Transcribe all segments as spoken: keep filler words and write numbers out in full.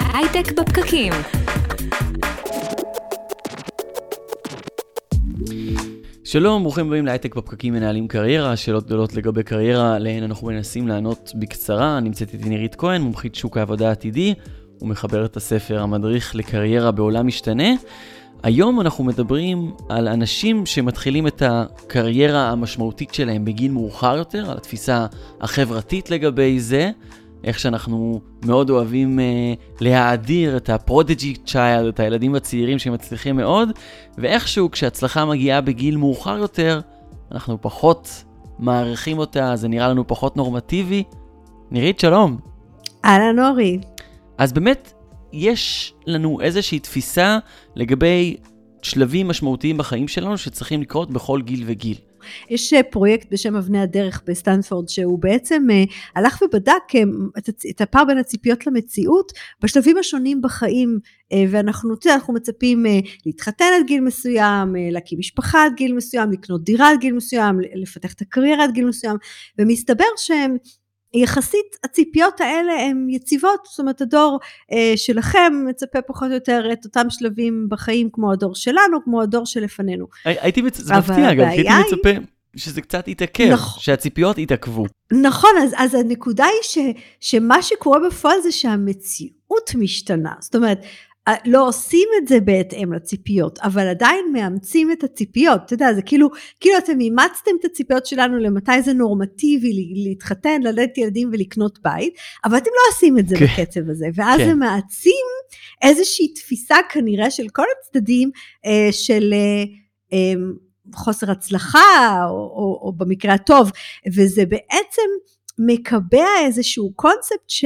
הייטק בפקקים. שלום, ברוכים הבאים להייטק בפקקים מנהלים קריירה, שאלות גדולות לגבי קריירה, להן אנחנו מנסים לענות בקצרה. נמצאת איתי נירית כהן, מומחית שוק העבודה העתידי, ומחבר את הספר המדריך לקריירה בעולם משתנה. היום אנחנו מדברים על אנשים שמתחילים את הקריירה המשמעותית שלהם בגיל מאוחר יותר, על התפיסה החברתית לגבי זה, איך שאנחנו מאוד אוהבים uh, להאדיר את הפרודג'י צ'יילד, את הילדים הצעירים שמצליחים מאוד, ואיכשהו כשהצלחה מגיעה בגיל מאוחר יותר, אנחנו פחות מעריכים אותה, זה נראה לנו פחות נורמטיבי. נירית, שלום. אהלן אורי. אז באמת יש לנו איזושהי תפיסה לגבי שלבים משמעותיים בחיים שלנו שצריכים לקרות בכל גיל וגיל. יש פרויקט בשם אבני הדרך בסטנפורד, שהוא בעצם הלך ובדק את הפער בין הציפיות למציאות בשלבים השונים בחיים, ואנחנו אנחנו מצפים להתחתן עד גיל מסוים, להקים משפחה עד גיל מסוים, לקנות דירה עד גיל מסוים, לפתח את הקריירה עד גיל מסוים, ומסתבר שהם יחסית הציפיות האלה הן יציבות, זאת אומרת הדור אה, שלכם מצפה פחות או יותר את אותם שלבים בחיים כמו הדור שלנו, כמו הדור שלפנינו. הייתי מצפה, זה מפתיע גם, הייתי מצפה שזה קצת יתעכב, נכון, שהציפיות יתעכבו. נכון, אז, אז הנקודה היא ש, שמה שקורה בפועל זה שהמציאות משתנה, זאת אומרת, לא עושים את זה בהתאם לציפיות, אבל עדיין מאמצים את הציפיות, אתה יודע, זה כאילו, כאילו אתם אימצתם את הציפיות שלנו למתי זה נורמטיבי להתחתן, ללדת ילדים ולקנות בית, אבל אתם לא עושים את זה כן. בקצב הזה, ואז כן. הם מעצים איזושהי תפיסה כנראה של כל הצדדים, אה, של אה, אה, חוסר הצלחה, או, או, או במקרה הטוב, וזה בעצם מקבע איזשהו קונספט ש,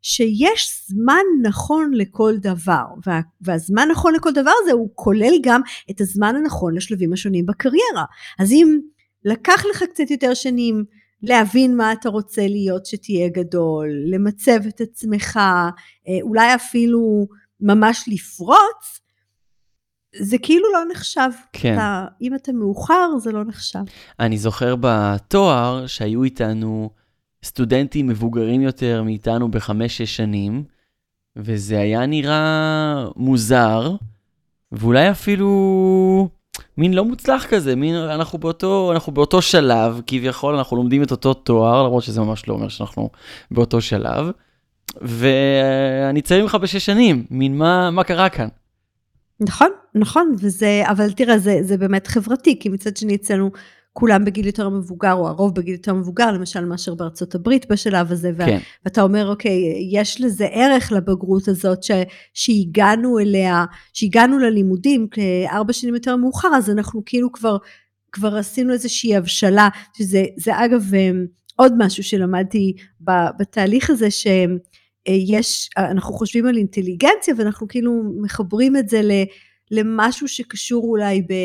שיש זמן נכון לכל דבר, וה, והזמן נכון לכל דבר הזה הוא כולל גם את הזמן הנכון לשלבים השונים בקריירה. אז אם לקח לך קצת יותר שנים להבין מה אתה רוצה להיות שתהיה גדול, למצב את עצמך, אולי אפילו ממש לפרוץ, זה כאילו לא נחשב. כן. אתה, אם אתה מאוחר זה לא נחשב. אני זוכר בתואר שהיו איתנו סטודנטים מבוגרים יותר מאיתנו בחמש-שש שנים, וזה היה נראה מוזר, ואולי אפילו מין לא מוצלח כזה, מין אנחנו באותו, אנחנו באותו שלב, כביכול אנחנו לומדים את אותו תואר, למרות שזה ממש לא אומר שאנחנו באותו שלב, ואני צעיר ממך בשש שנים, מין מה, מה קרה כאן? נכון, נכון, וזה, אבל תראה, זה, זה באמת חברתי, כי מצד שני אצלנו, כולם בגיל יותר מבוגר, או הרוב בגיל יותר מבוגר, למשל מאשר בארצות הברית בשלב הזה, כן. ואתה אומר, אוקיי, יש לזה ערך לבגרות הזאת, ש, שהגענו אליה, שהגענו ללימודים, כארבע שנים יותר מאוחר, אז אנחנו כאילו כבר, כבר עשינו איזושהי הבשלה, שזה, זה אגב, עוד משהו שלמדתי בתהליך הזה, שיש, אנחנו חושבים על אינטליגנציה, ואנחנו כאילו מחברים את זה למשהו שקשור אולי ב...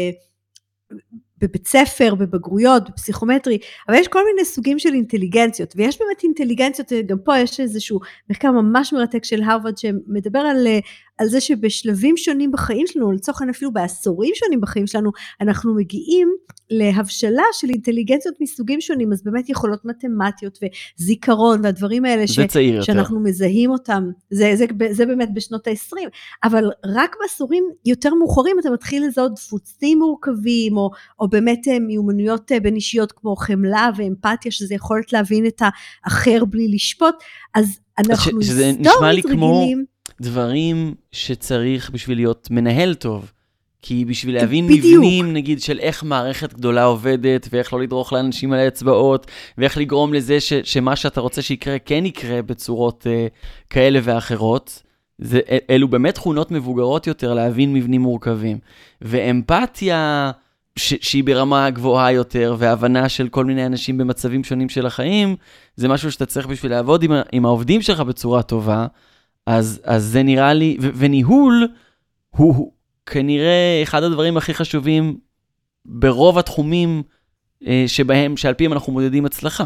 בבית ספר, בבגרויות, בפסיכומטרי, אבל יש כל מיני סוגים של אינטליגנציות, ויש באמת אינטליגנציות, גם פה יש איזשהו מחקר ממש מרתק של הרווארד, שמדבר על, על זה שבשלבים שונים בחיים שלנו, לצורך אפילו בעשורים שונים בחיים שלנו, אנחנו מגיעים להבשלה של אינטליגנציות מסוגים שונים, אז באמת יכולות מתמטיות וזיכרון, והדברים האלה ש, שאנחנו מזהים אותם, זה, זה, זה באמת בשנות ה-עשרים, אבל רק בעשורים יותר מאוחרים, אתה מתחיל לזהות דפוסים מורכבים, או, או באמת מיומנויות בין אישיות, כמו חמלה ואמפתיה, שזה יכולת להבין את האחר בלי לשפוט, אז אנחנו ש, שזה נשמע לי כמו דברים שצריך בשביל להיות מנהל טוב, כי בשביל להבין בדיוק. מבנים, נגיד, של איך מערכת גדולה עובדת, ואיך לא לדרוך לאנשים על האצבעות, ואיך לגרום לזה ש, שמה שאתה רוצה שיקרה, כן יקרה בצורות uh, כאלה ואחרות, זה, אלו באמת תכונות מבוגרות יותר להבין מבנים מורכבים. ואמפתיה ש, שהיא ברמה גבוהה יותר, והבנה של כל מיני אנשים במצבים שונים של החיים, זה משהו שאתה צריך בשביל לעבוד עם, עם העובדים שלך בצורה טובה, אז, אז זה נראה לי, ו, וניהול הוא כנראה אחד הדברים הכי חשובים ברוב התחומים שבהם, שעל פיהם אנחנו מודדים הצלחה.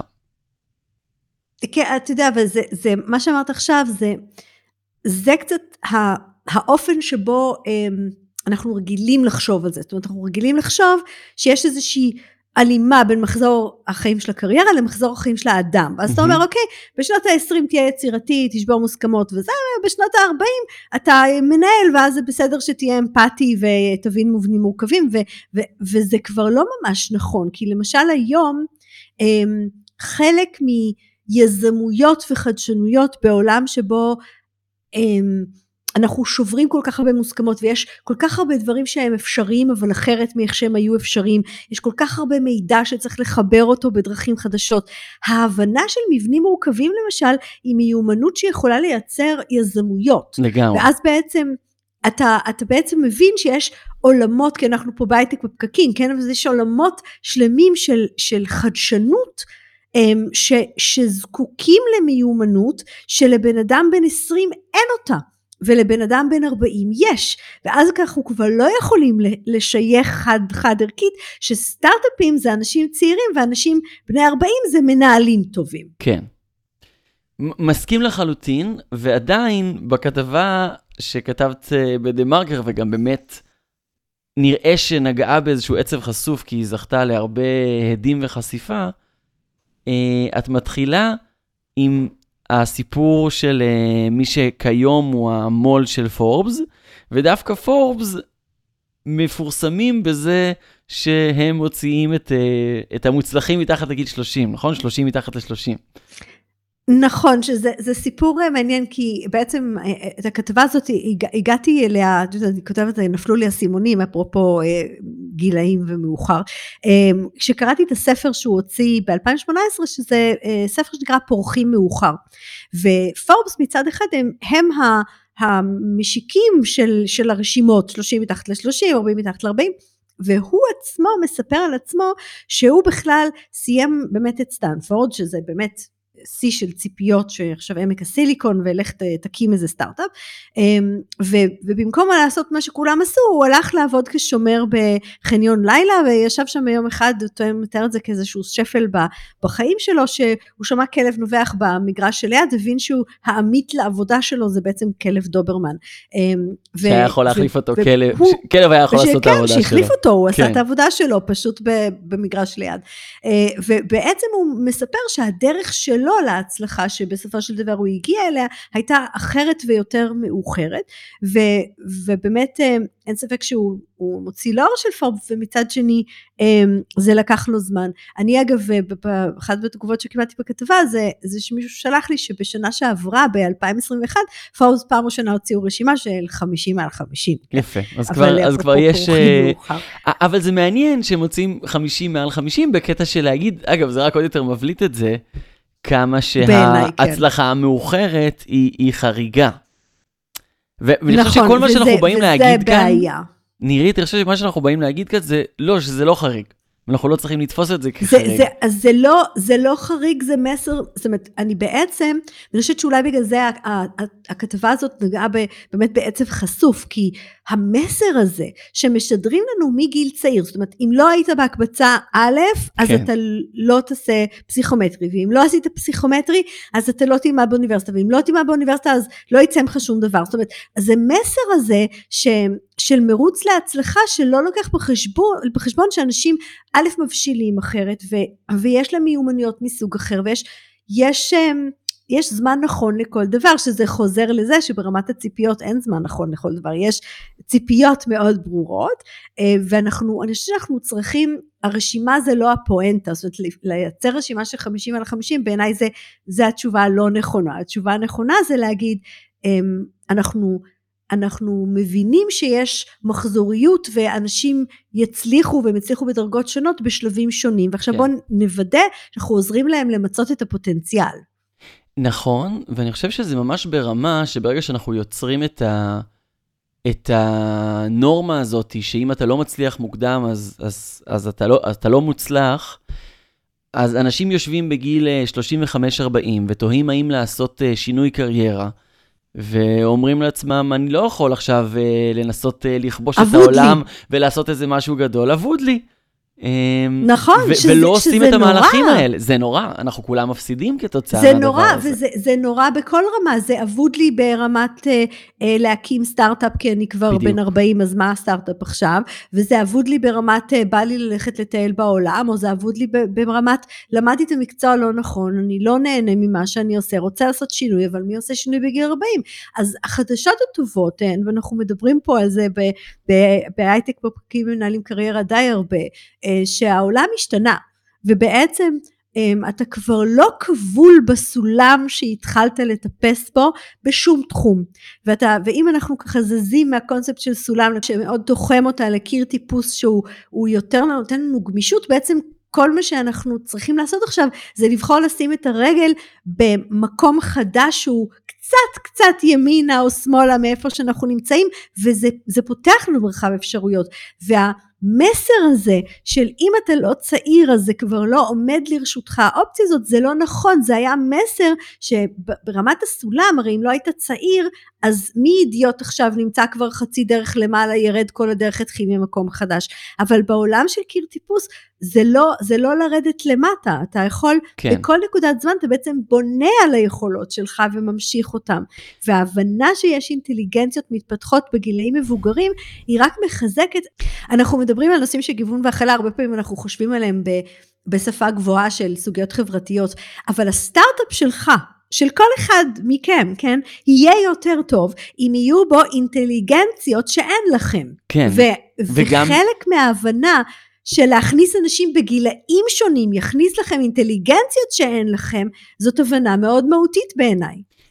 כן, אתה יודע, אבל זה, זה, מה שאמרת עכשיו, זה, זה קצת האופן שבו אנחנו רגילים לחשוב על זה. זאת אומרת, אנחנו רגילים לחשוב שיש איזושהי הלימה בין מחזור החיים של הקריירה למחזור החיים של האדם. אז אתה אומר, אוקיי, בשנות ה-עשרים תהיה יצירתי, תשבור מוסכמות וזה, בשנות ה-ארבעים אתה מנהל, ואז זה בסדר שתהיה אמפתי ותבין מובנים מורכבים, ו- ו- וזה כבר לא ממש נכון, כי למשל היום, חלק מיזמויות וחדשנויות בעולם שבו, אנחנו שוברים כל כך הרבה מוסכמות, ויש כל כך הרבה דברים שהם אפשריים, אבל אחרת מאיך שהם היו אפשריים, יש כל כך הרבה מידע שצריך לחבר אותו בדרכים חדשות, ההבנה של מבנים מורכבים למשל, היא מיומנות שיכולה לייצר יזמויות, לגמרי. ואז בעצם, אתה, אתה בעצם מבין שיש עולמות, כי אנחנו פה בהייטק בפקקים, כן, אבל יש עולמות שלמים של, של חדשנות, ש, שזקוקים למיומנות, שלבן אדם בן עשרים אין אותה, ולבן אדם בן ארבעים יש, ואז כך אנחנו כבר לא יכולים לשייך חד חד ערכית, שסטארט-אפים זה אנשים צעירים, ואנשים בני ארבעים זה מנהלים טובים. כן. מסכים לחלוטין, ועדיין בכתבה שכתבת בדה-מרקר, וגם באמת נראה שנגעה באיזשהו עצב חשוף, כי היא זכתה להרבה הדים וחשיפה, את מתחילה עם הסיפור של uh, מי שכיום הוא המול של פורבס, ודווקא פורבס מפורסמים בזה שהם מוציאים את, uh, את המוצלחים מתחת לגיל שלושים, נכון? שלושים מתחת ל-שלושים. נכון, שזה זה סיפור מעניין, כי בעצם את הכתבה הזאת הגעתי אליה, אני כותבת, נפלו לי הסימונים, אפרופו גילאים ומאוחר, כשקראתי את הספר שהוא הוציא ב-אלפיים שמונה עשרה, שזה ספר שנקרא פורחים מאוחר, ופורבס מצד אחד הם, הם המשיקים של, של הרשימות, שלושים מתחת ל-שלושים, ארבעים מתחת ל-ארבעים, והוא עצמו מספר על עצמו, שהוא בכלל סיים באמת את סטנפורד, שזה באמת שיא של ציפיות שעכשיו עמק הסיליקון, ולך תקים איזה סטארט-אפ, ובמקום לעשות מה שכולם עשו, הוא הלך לעבוד כשומר בחניון לילה, וישב שם ביום אחד, הוא מתאר את זה כאיזשהו שפל בחיים שלו, שהוא שמע כלב נובח במגרש של ליד, הבין שהוא העמית לעבודה שלו, זה בעצם כלב דוברמן. שהיה יכול להחליף אותו, כלב היה יכול לעשות את העבודה שלו. שהחליף אותו, הוא עשה את העבודה שלו, פשוט במגרש ליד. ובעצם הוא מספר שהדרך שלו להצלחה, שבסופו של דבר הוא הגיע אליה, הייתה אחרת ויותר מאוחרת, ו, ובאמת אין ספק שהוא מוציא לאור של פורבס, ומצד שני זה לקח לו זמן. אני אגב, באחת בתגובות שקיבלתי בכתבה, זה, זה שמישהו שלח לי, שבשנה שעברה, ב-אלפיים עשרים ואחת, פורבס פעם ראשונה הוציאו רשימה של חמישים על חמישים. יפה, אז כבר, אז כבר יש... אבל זה מעניין שמוצאים חמישים מעל חמישים, בקטע של להגיד, אגב, זה רק עוד יותר מבליט את זה, כמה שההצלחה המאוחרת היא, היא חריגה. ואני חושב שכל מה שאנחנו באים להגיד כאן, נירית, אני חושב שמה שאנחנו באים להגיד כאן, זה לא, שזה לא חריג. אנחנו לא צריכים לתפוס את זה כחריג. זה, זה, זה לא, זה לא חריג, זה מסר, זאת אומרת, אני בעצם, אני חושבת שאולי בגלל זה, הכתבה הזאת נגעה באמת בעצב חשוף, כי המסר הזה, שמשדרים לנו מגיל צעיר, זאת אומרת, אם לא היית בהקבצה א', אז כן. אתה לא תעשה פסיכומטרי, ואם לא עשית פסיכומטרי, אז אתה לא תלמד באוניברסיטה, ואם לא תלמד באוניברסיטה, אז לא יצא ממך שום דבר. זאת אומרת, אז זה מסר הזה, ש... של מרוץ להצלחה, שלא לוקח בחשבון, בחשבון שאנשים א' מבשילים אחרת, ו, ויש להם מיומנויות מסוג אחר, ויש יש, יש זמן נכון לכל דבר, שזה חוזר לזה, שברמת הציפיות אין זמן נכון לכל דבר, יש ציפיות מאוד ברורות, ואנחנו, אני חושבת שאנחנו צריכים, הרשימה זה לא הפואנטה, זאת אומרת, לייצר רשימה של חמישים על חמישים, בעיניי זה, זה התשובה הלא נכונה, התשובה הנכונה זה להגיד, אנחנו, אנחנו מבינים שיש מחזוריות, ואנשים יצליחו והם יצליחו בדרגות שונות בשלבים שונים, ועכשיו כן. בואו נוודא שאנחנו עוזרים להם למצות את הפוטנציאל. נכון, ואני חושב שזה ממש ברמה, שברגע שאנחנו יוצרים את, ה... את הנורמה הזאת, שאם אתה לא מצליח מוקדם, אז, אז, אז אתה, לא, אתה לא מוצלח, אז אנשים יושבים בגיל שלושים וחמש ארבעים, ותוהים האם לעשות שינוי קריירה, ואומרים לעצמם, אני לא יכול עכשיו לנסות לכבוש את העולם, לי. ולעשות איזה משהו גדול, עבוד לי. נכון, שזה נורא. ולא עושים את המהלכים האלה. זה נורא, אנחנו כולם מפסידים כתוצאה מהדבר הזה. זה נורא, וזה נורא בכל רמה. זה עבוד לי ברמת להקים סטארט-אפ, כי אני כבר בן ארבעים, אז מה הסטארט-אפ עכשיו? וזה עבוד לי ברמת, בא לי ללכת לטייל בעולם, או זה עבוד לי ברמת, למדתי את המקצוע לא נכון, אני לא נהנה ממה שאני עושה, רוצה לעשות שינוי, אבל מי עושה שינוי בגיל ארבעים? אז החדשות הטובות הן, ואנחנו מדברים פה על זה בהייטק בפרקים מנהלים קריירה די הרבה, שהעולם השתנה, ובעצם אתה כבר לא כבול בסולם שהתחלת לטפס בו בשום תחום, ואתה, ואם אנחנו ככה זזים מהקונספט של סולם, שמאוד תוחם אותה לקיר טיפוס שהוא יותר נותן לנו גמישות, בעצם כל מה שאנחנו צריכים לעשות עכשיו, זה לבחור לשים את הרגל במקום חדש שהוא קצת קצת ימינה או שמאלה מאיפה שאנחנו נמצאים, וזה זה פותח לנו מרחב אפשרויות, והמסר הזה של אם אתה לא צעיר אז זה כבר לא עומד לרשותך, האופציה הזאת זה לא נכון, זה היה מסר שברמת הסולם, הרי אם לא היית צעיר, אז מי אידיוט עכשיו נמצא כבר חצי דרך למעלה, ירד כל הדרך התחיל ממקום חדש, אבל בעולם של קיר טיפוס, זה לא, זה לא לרדת למטה, אתה יכול, כן. בכל נקודת זמן, אתה בעצם בונה על היכולות שלך, וממשיך אותם, וההבנה שיש אינטליגנציות מתפתחות, בגילאים מבוגרים, היא רק מחזקת, אנחנו מדברים על נושאים של גיוון והכלה, הרבה פעמים אנחנו חושבים עליהם, ב, בשפה גבוהה של סוגיות חברתיות, אבל הסטארט-אפ שלך, של כל אחד מכם, כן, יהיה יותר טוב, אם יהיו בו אינטליגנציות שאין לכם, כן, ו- וגם... וחלק מההבנה, של להכניס אנשים בגילאים שונים, יכניס לכם אינטליגנציות שאין לכם, זאת הבנה מאוד מהותית בעיניי.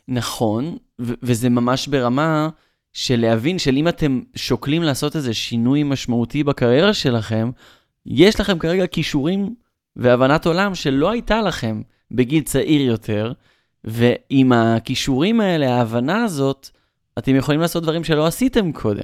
נכון, ו- וזה ממש ברמה של להבין, של אם אתם שוקלים לעשות איזה שינוי משמעותי בקריירה שלכם, יש לכם כרגע כישורים והבנת עולם שלא הייתה לכם בגיל צעיר יותר, ועם הכישורים האלה, ההבנה הזאת, אתם יכולים לעשות דברים שלא עשיתם קודם.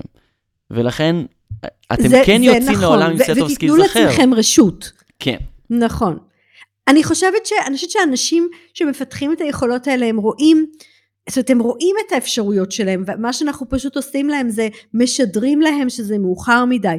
ולכן, אתם זה, כן זה יוצאים נכון. לעולם עם סט אוף סקילס אחר. ותיתנו לעצמכם רשות. כן. נכון. אני חושבת, ש... אני חושבת שאנשים שמפתחים את היכולות האלה, הם רואים, זאת אומרת, הם רואים את האפשרויות שלהם, ומה שאנחנו פשוט עושים להם, זה משדרים להם שזה מאוחר מדי.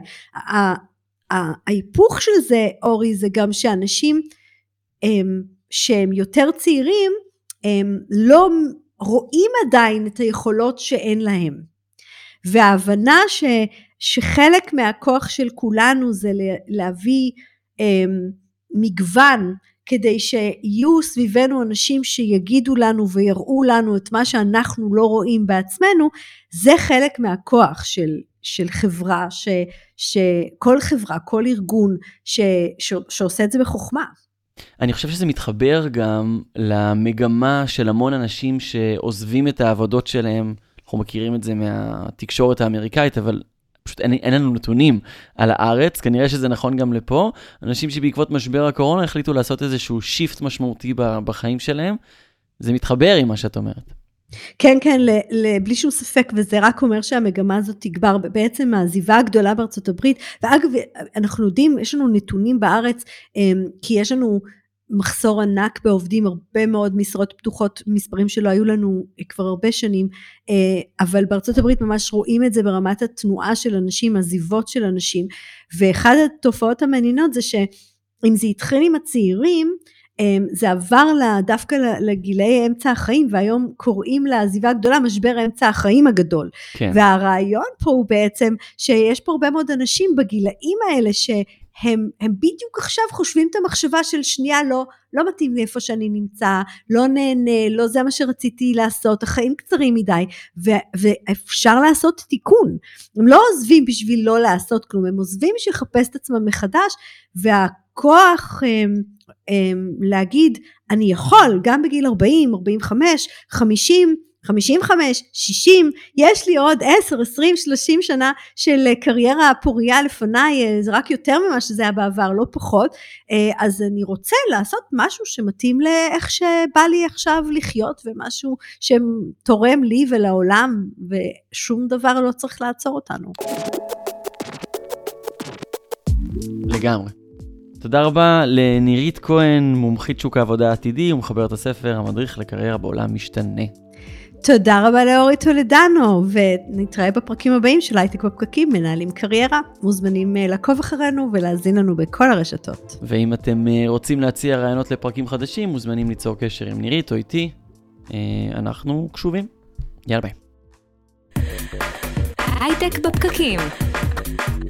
ההיפוך של זה, אורי, זה גם שאנשים הם, שהם יותר צעירים, הם לא רואים עדיין את היכולות שאין להם. וההבנה ש... שחלק מהכוח של כולנו זה להביא אה, מגוון, כדי שיהיו סביבנו אנשים שיגידו לנו ויראו לנו את מה שאנחנו לא רואים בעצמנו, זה חלק מהכוח של, של חברה, ש, שכל חברה, כל ארגון ש, ש, שעושה את זה בחוכמה. אני חושב שזה מתחבר גם למגמה של המון אנשים שעוזבים את העבודות שלהם, אנחנו מכירים את זה מהתקשורת האמריקאית, אבל פשוט אין, אין לנו נתונים על הארץ, כנראה שזה נכון גם לפה, אנשים שבעקבות משבר הקורונה החליטו לעשות איזשהו שיפט משמעותי בחיים שלהם, זה מתחבר עם מה שאת אומרת. כן, כן, בלי שום ספק, וזה רק אומר שהמגמה הזאת תגבר, בעצם העזיבה הגדולה בארצות הברית, ואגב, אנחנו יודעים, יש לנו נתונים בארץ, כי יש לנו מחסור ענק בעובדים, הרבה מאוד משרות פתוחות, מספרים שלא היו לנו כבר הרבה שנים, אבל בארצות הברית ממש רואים את זה ברמת התנועה של אנשים, עזיבות של אנשים, ואחת התופעות המעניינות זה שאם זה התחיל עם הצעירים, זה עבר דווקא לגילי אמצע החיים, והיום קוראים לעזיבה הגדולה משבר אמצע החיים הגדול, כן. והרעיון פה הוא בעצם שיש פה הרבה מאוד אנשים בגילאים האלה ש... הם, הם בדיוק עכשיו חושבים את המחשבה של שנייה, לא, לא מתאים לי איפה שאני נמצא, לא נהנה, לא זה מה שרציתי לעשות, החיים קצרים מדי, ו, ואפשר לעשות תיקון. הם לא עוזבים בשביל לא לעשות כלום, הם עוזבים בשביל לחפש את עצמם מחדש, והכוח הם, הם, להגיד, אני יכול, גם בגיל ארבעים, ארבעים וחמש, חמישים, חמישים וחמש, שישים, יש לי עוד עשר, עשרים, שלושים שנה של קריירה פוריה לפניי, זה רק יותר ממה שזה היה בעבר, לא פחות, אז אני רוצה לעשות משהו שמתאים לאיך שבא לי עכשיו לחיות, ומשהו שתורם לי ולעולם, ושום דבר לא צריך לעצור אותנו. לגמרי. תודה רבה לנירית כהן, מומחית שוק העבודה העתידי, ומחברת הספר, המדריך לקריירה בעולם משתנה. תודה רבה לאורי טולדנו, ונתראה בפרקים הבאים של הייטק בפקקים, מנהלים קריירה. מוזמנים לעקוב אחרינו ולהזין לנו בכל הרשתות. ואם אתם רוצים להציע רעיונות לפרקים חדשים, מוזמנים ליצור קשר עם נירית או איתי. אנחנו קשובים. יאללה ביי. הייטק בפקקים.